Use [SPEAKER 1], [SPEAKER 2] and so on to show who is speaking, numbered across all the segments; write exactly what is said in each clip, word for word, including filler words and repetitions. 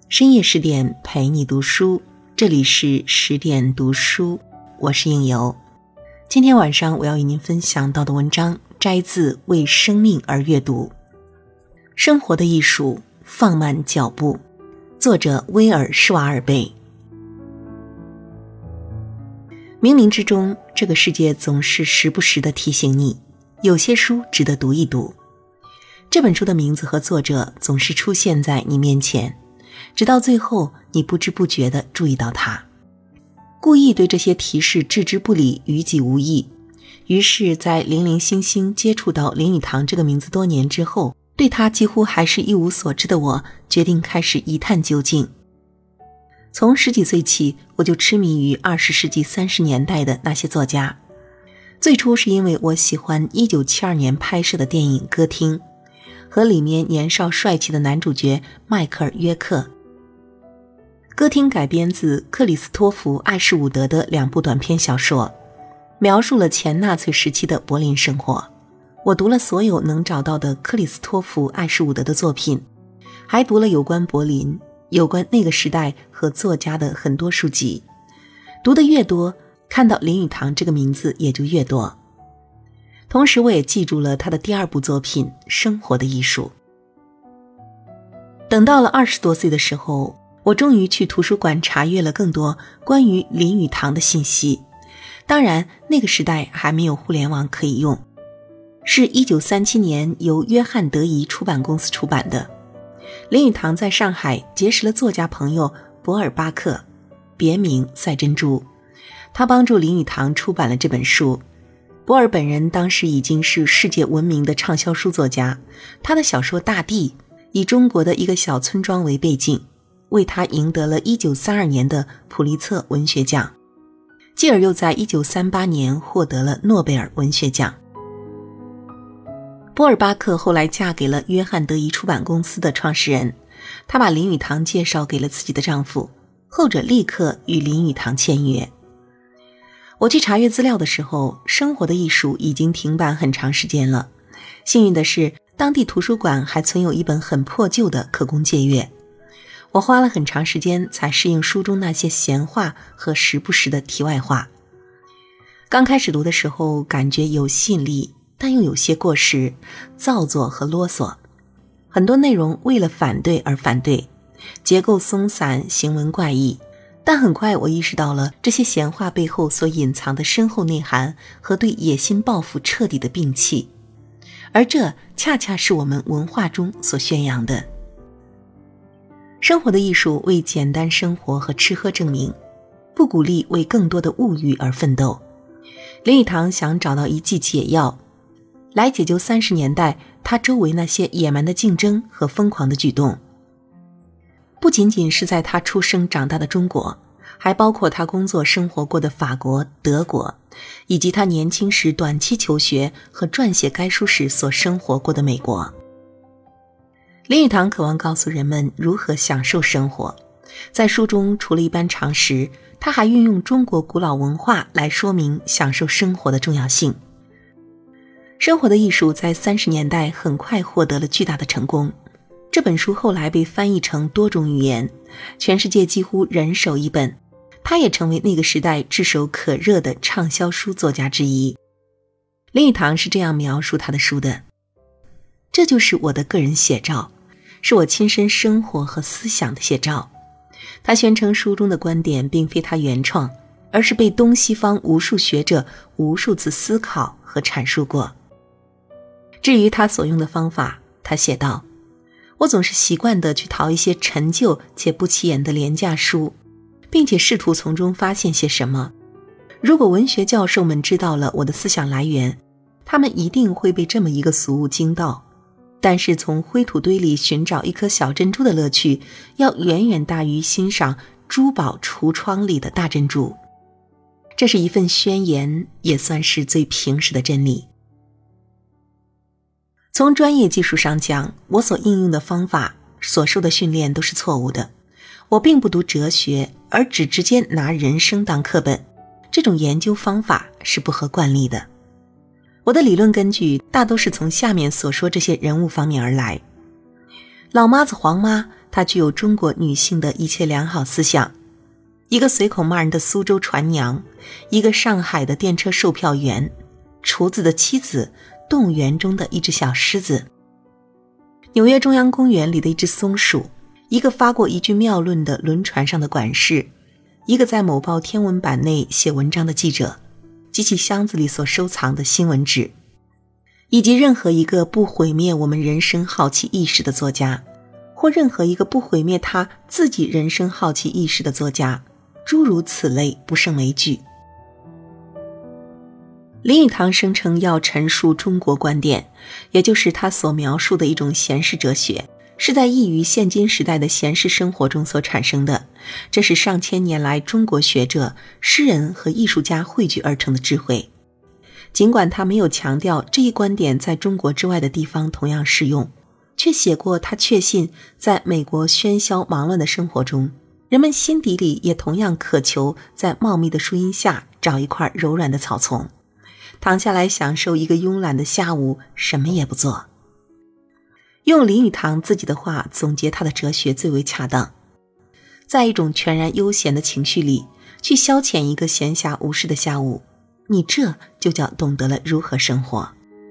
[SPEAKER 1] 深夜十点陪你读书，这里是十点读书，我是应由。今天晚上我要与您分享到的文章摘自《为生命而阅读》，生活的艺术，放慢脚步，作者威尔·施瓦尔贝。冥冥之中，这个世界总是时不时地提醒你，有些书值得读一读。这本书的名字和作者总是出现在你面前，直到最后你不知不觉地注意到它。故意对这些提示置之不理，于己无益。于是在零零星星接触到林语堂这个名字多年之后，对他几乎还是一无所知的我，决定开始一探究竟。从十几岁起，我就痴迷于二十世纪三十年代的那些作家。最初是因为我喜欢一九七二年拍摄的电影《歌厅》，和里面年少帅气的男主角迈克尔·约克。《歌厅》改编自克里斯托弗·艾什伍德的两部短篇小说，描述了前纳粹时期的柏林生活。我读了所有能找到的克里斯托弗·艾什伍德的作品，还读了有关柏林、有关那个时代和作家的很多书籍。读得越多，看到林语堂这个名字也就越多。同时我也记住了他的第二部作品《生活的艺术》。等到了二十多岁的时候，我终于去图书馆查阅了更多关于林语堂的信息。当然那个时代还没有互联网可以用，是一九三七年由约翰德仪出版公司出版的。林语堂在上海结识了作家朋友博尔巴克，别名赛珍珠，他帮助林语堂出版了这本书。博尔本人当时已经是世界闻名的畅销书作家，他的小说《大地》以中国的一个小村庄为背景，为他赢得了一九三二年的普利策文学奖，继而又在一九三八年获得了诺贝尔文学奖。波尔巴克后来嫁给了约翰德仪出版公司的创始人，她把林语堂介绍给了自己的丈夫，后者立刻与林语堂签约。我去查阅资料的时候，生活的艺术已经停版很长时间了。幸运的是，当地图书馆还存有一本很破旧的可供借阅。我花了很长时间才适应书中那些闲话和时不时的题外话。刚开始读的时候感觉有吸引力，但又有些过时、造作和啰嗦。很多内容为了反对而反对，结构松散，行文怪异。但很快我意识到了这些闲话背后所隐藏的深厚内涵和对野心抱负彻底的摒弃，而这恰恰是我们文化中所宣扬的。生活的艺术为简单生活和吃喝证明，不鼓励为更多的物欲而奋斗。林语堂想找到一剂解药，来解救三十年代他周围那些野蛮的竞争和疯狂的举动。不仅仅是在他出生长大的中国，还包括他工作生活过的法国、德国，以及他年轻时短期求学和撰写该书时所生活过的美国。林语堂渴望告诉人们如何享受生活，在书中除了一般常识，他还运用中国古老文化来说明享受生活的重要性。生活的艺术在三十年代很快获得了巨大的成功。这本书后来被翻译成多种语言，全世界几乎人手一本，他也成为那个时代炙手可热的畅销书作家之一。林语堂是这样描述他的书的：这就是我的个人写照，是我亲身生活和思想的写照。他宣称书中的观点并非他原创，而是被东西方无数学者无数次思考和阐述过。至于他所用的方法，他写道：我总是习惯地去淘一些陈旧且不起眼的廉价书，并且试图从中发现些什么。如果文学教授们知道了我的思想来源，他们一定会被这么一个俗物惊到。但是从灰土堆里寻找一颗小珍珠的乐趣，要远远大于欣赏珠宝橱窗里的大珍珠。这是一份宣言，也算是最平实的真理。从专业技术上讲，我所应用的方法、所受的训练都是错误的。我并不读哲学，而只直接拿人生当课本，这种研究方法是不合惯例的。我的理论根据大都是从下面所说这些人物方面而来。老妈子黄妈她具有中国女性的一切良好思想。一个随口骂人的苏州船娘，一个上海的电车售票员，厨子的妻子，动物园中的一只小狮子，纽约中央公园里的一只松鼠，一个发过一句妙论的轮船上的管事，一个在某报天文版内写文章的记者，及其箱子里所收藏的新闻纸，以及任何一个不毁灭我们人生好奇意识的作家，或任何一个不毁灭他自己人生好奇意识的作家，诸如此类不胜枚举。林语堂声称要陈述中国观点，也就是他所描述的一种闲适哲学，是在异于现今时代的闲适生活中所产生的，这是上千年来中国学者、诗人和艺术家汇聚而成的智慧。尽管他没有强调这一观点在中国之外的地方同样适用，却写过他确信在美国喧嚣忙乱的生活中，人们心底里也同样渴求在茂密的树荫下找一块柔软的草丛，躺下来享受一个慵懒的下午，什么也不做。用林语堂自己的话总结他的哲学最为恰当，在一种全然悠闲的情绪里去消遣一个闲暇无事的下午，你这就叫懂得了如何生活。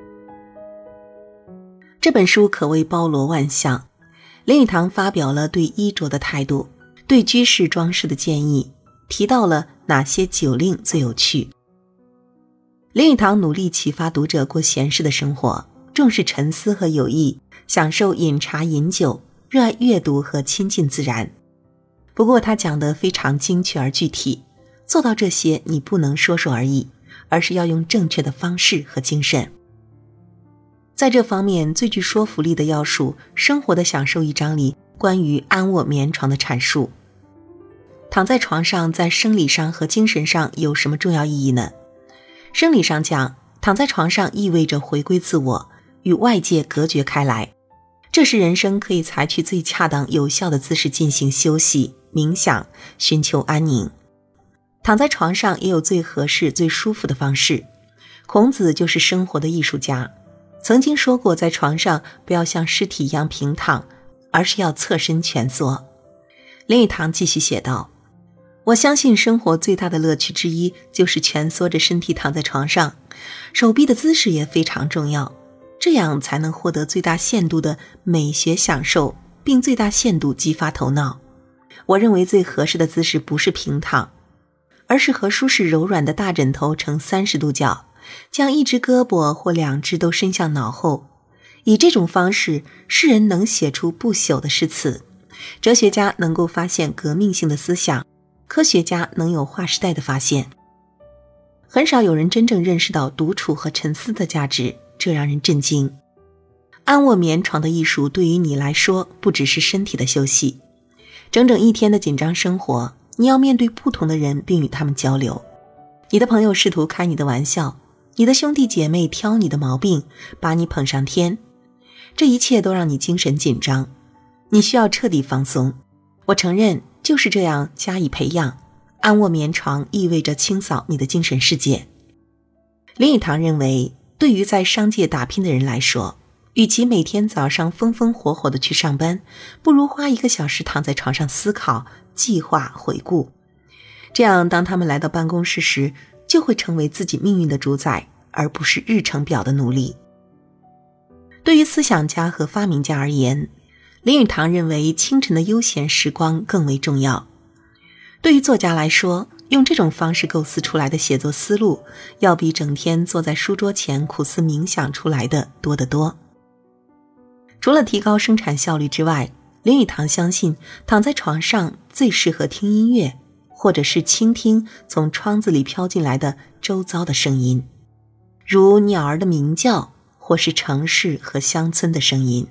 [SPEAKER 1] 这本书可谓包罗万象，林语堂发表了对衣着的态度，对居室装饰的建议，提到了哪些酒令最有趣。林语堂努力启发读者过闲适的生活，重视沉思和有益，享受饮茶饮酒，热爱阅读和亲近自然。不过他讲得非常精确而具体，做到这些你不能说说而已，而是要用正确的方式和精神。在这方面最具说服力的要数《生活的享受》一章里关于安卧眠床的阐述。躺在床上在生理上和精神上有什么重要意义呢？生理上讲，躺在床上意味着回归自我，与外界隔绝开来，这是人生可以采取最恰当有效的姿势进行休息、冥想、寻求安宁。躺在床上也有最合适、最舒服的方式。孔子就是生活的艺术家，曾经说过在床上不要像尸体一样平躺，而是要侧身蜷缩。林语堂继续写道，我相信生活最大的乐趣之一就是蜷缩着身体躺在床上，手臂的姿势也非常重要，这样才能获得最大限度的美学享受，并最大限度激发头脑。我认为最合适的姿势不是平躺，而是和舒适柔软的大枕头呈三十度角，将一只胳膊或两只都伸向脑后。以这种方式，诗人能写出不朽的诗词，哲学家能够发现革命性的思想，科学家能有划时代的发现。很少有人真正认识到独处和沉思的价值，这让人震惊。安卧眠床的艺术对于你来说不只是身体的休息，整整一天的紧张生活，你要面对不同的人并与他们交流。你的朋友试图开你的玩笑，你的兄弟姐妹挑你的毛病，把你捧上天，这一切都让你精神紧张，你需要彻底放松。我承认，就是这样加以培养，安卧眠床意味着清扫你的精神世界。林语堂认为，对于在商界打拼的人来说，与其每天早上风风火火地去上班，不如花一个小时躺在床上思考、计划、回顾。这样当他们来到办公室时，就会成为自己命运的主宰，而不是日程表的奴隶。对于思想家和发明家而言，林语堂认为清晨的悠闲时光更为重要。对于作家来说，用这种方式构思出来的写作思路，要比整天坐在书桌前苦思冥想出来的多得多。除了提高生产效率之外，林语堂相信躺在床上最适合听音乐，或者是倾听从窗子里飘进来的周遭的声音，如鸟儿的鸣叫，或是城市和乡村的声音。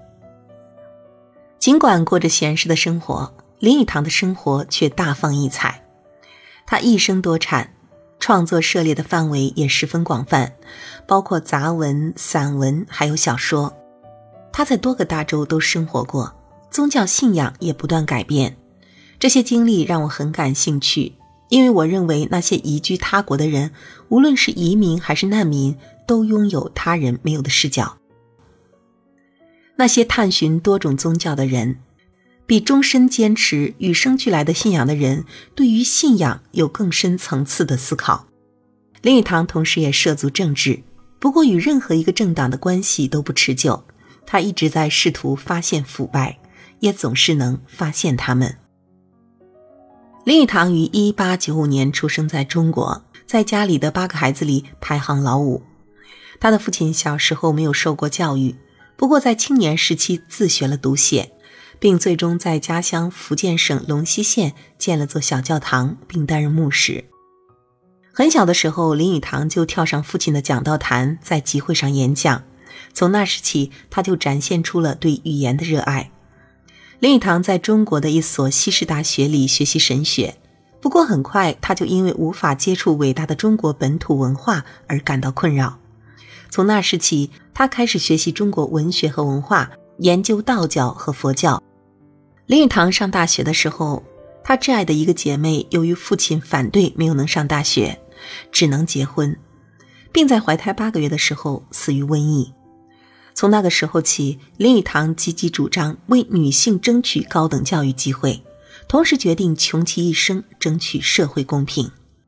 [SPEAKER 1] 尽管过着闲适的生活，林语堂的生活却大放异彩。他一生多产，创作涉猎的范围也十分广泛，包括杂文、散文还有小说。他在多个大洲都生活过，宗教信仰也不断改变。这些经历让我很感兴趣，因为我认为那些移居他国的人，无论是移民还是难民，都拥有他人没有的视角。那些探寻多种宗教的人， 比终身坚持与生俱来的信仰的人对于信仰有更深层次的思考。林语堂同时也涉足政治，不过与任何一个政党的关系都不持久，他一直在试图发现腐败，也总是能发现他们。林语堂于一八九五年出生在中国，在家里的八个孩子里排行老五。他的父亲小时候没有受过教育，不过在青年时期自学了读写，并最终在家乡福建省龙溪县建了座小教堂，并担任牧师。很小的时候，林语堂就跳上父亲的讲道坛，在集会上演讲。从那时起，他就展现出了对语言的热爱。林语堂在中国的一所西式大学里学习神学，不过很快他就因为无法接触伟大的中国本土文化而感到困扰。从那时起，他开始学习中国文学和文化，研究道教和佛教。林语堂上大学的时候，他挚爱的一个姐妹由于父亲反对没有能上大学，只能结婚，并在怀胎八个月的时候死于瘟疫。从那个时候起，林语堂积极主张为女性争取高等教育机会，同时决定穷其一生争取社会公平。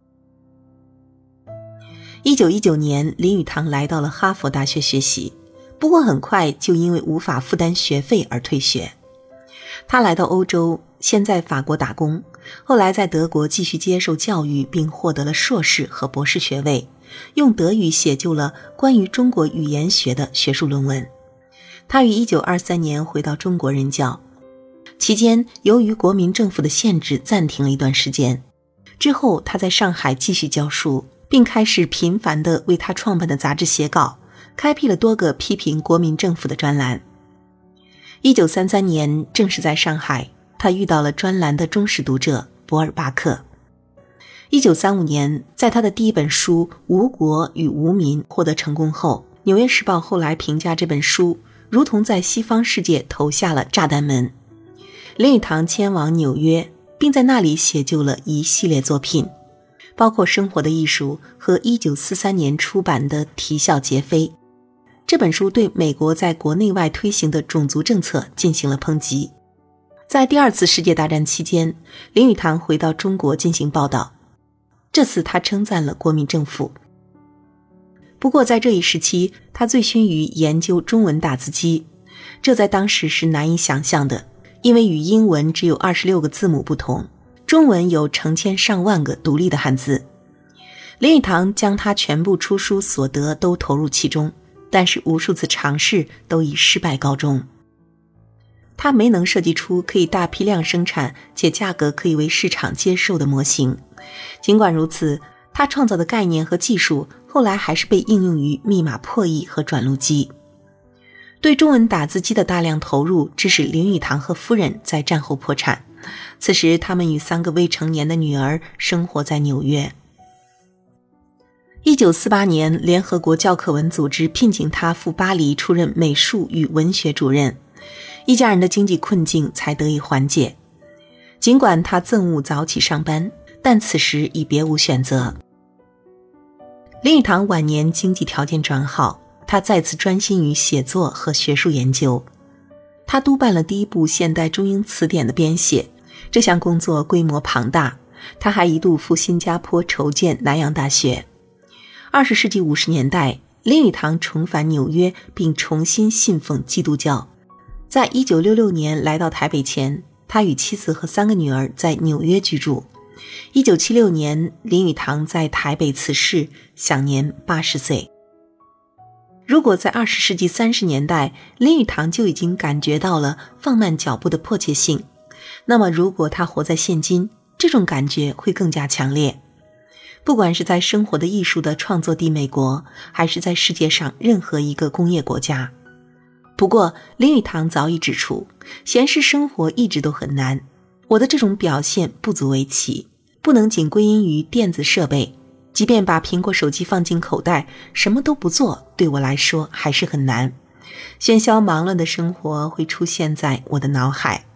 [SPEAKER 1] 一九一九年，林语堂来到了哈佛大学学习，不过很快就因为无法负担学费而退学。他来到欧洲，先在法国打工，后来在德国继续接受教育，并获得了硕士和博士学位，用德语写就了关于中国语言学的学术论文。他于一九二三年回到中国任教，期间由于国民政府的限制暂停了一段时间。之后他在上海继续教书，并开始频繁地为他创办的杂志写稿，开辟了多个批评国民政府的专栏。一九三三年，正是在上海，他遇到了专栏的忠实读者博尔巴克。一九三五年，在他的第一本书《吴国与吴民》获得成功后，《纽约时报》后来评价这本书如同在西方世界投下了炸弹门。林语堂迁往纽约，并在那里写就了一系列作品，包括《生活的艺术》和一九四三年出版的《啼笑皆非》。这本书对美国在国内外推行的种族政策进行了抨击。在第二次世界大战期间，林语堂回到中国进行报道，这次他称赞了国民政府。不过在这一时期，他醉醺于研究中文打字机，这在当时是难以想象的，因为与英文只有二十六个字母不同，中文有成千上万个独立的汉字。林语堂将他全部出书所得都投入其中，但是无数次尝试都以失败告终。他没能设计出可以大批量生产且价格可以为市场接受的模型。尽管如此，他创造的概念和技术后来还是被应用于密码破译和转录机。对中文打字机的大量投入致使林语堂和夫人在战后破产，此时他们与三个未成年的女儿生活在纽约。一九四八年，联合国教科文组织聘请他赴巴黎出任美术与文学主任，一家人的经济困境才得以缓解。尽管他憎恶早起上班，但此时已别无选择。林语堂晚年经济条件转好，他再次专心于写作和学术研究。他督办了第一部现代中英词典的编写，这项工作规模庞大，他还一度赴新加坡筹建南洋大学。二十世纪五十年代，林语堂重返纽约并重新信奉基督教。在一九六六年来到台北前，他与妻子和三个女儿在纽约居住。一九七六年，林语堂在台北辞世，享年八十岁。如果在二十世纪三十年代，林语堂就已经感觉到了放慢脚步的迫切性，那么如果他活在现今，这种感觉会更加强烈。不管是在生活的艺术的创作地美国，还是在世界上任何一个工业国家。不过林语堂早已指出，闲适生活一直都很难，我的这种表现不足为奇，不能仅归因于电子设备，即便把苹果手机放进口袋，什么都不做，对我来说还是很难。喧嚣忙乱的生活会出现在我的脑海。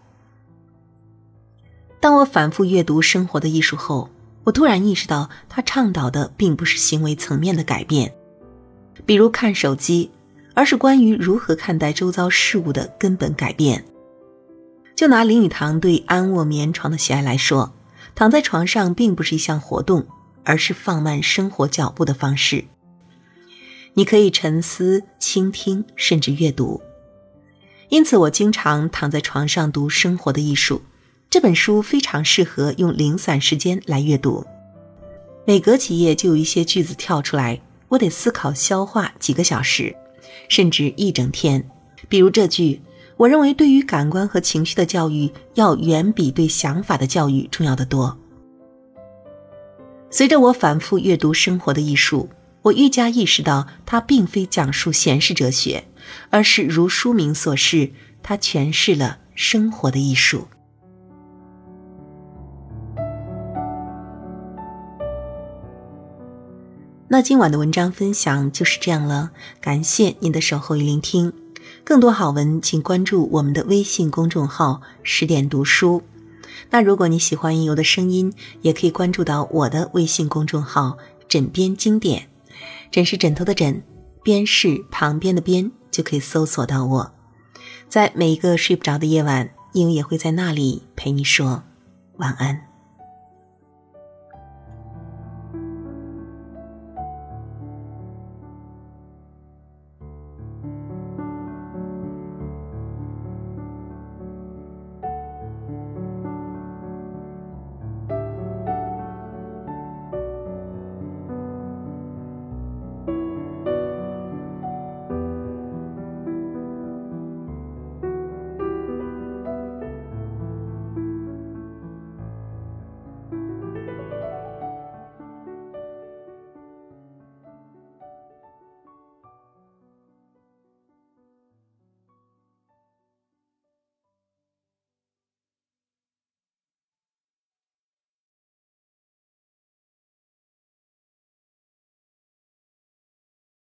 [SPEAKER 1] 当我反复阅读《生活的艺术》后，我突然意识到他倡导的并不是行为层面的改变，比如看手机，而是关于如何看待周遭事物的根本改变。 就拿林语堂对安卧眠床的喜爱来说，躺在床上并不是一项活动，而是放慢生活脚步的方式。你可以沉思、倾听，甚至阅读。因此我经常躺在床上读《生活的艺术》，这本书非常适合用零散时间来阅读。每隔几页就有一些句子跳出来，我得思考消化几个小时，甚至一整天。比如这句，我认为对于感官和情绪的教育要远比对想法的教育重要得多。随着我反复阅读《生活的艺术》，我愈加意识到它并非讲述闲适哲学，而是如书名所示，它诠释了生活的艺术。那今晚的文章分享就是这样了，感谢您的守候与聆听。更多好文请关注我们的微信公众号十点读书。那如果你喜欢吟游的声音，也可以关注到我的微信公众号枕边经典，枕是枕头的枕，边是旁边的边，就可以搜索到我。在每一个睡不着的夜晚，吟游也会在那里陪你说晚安。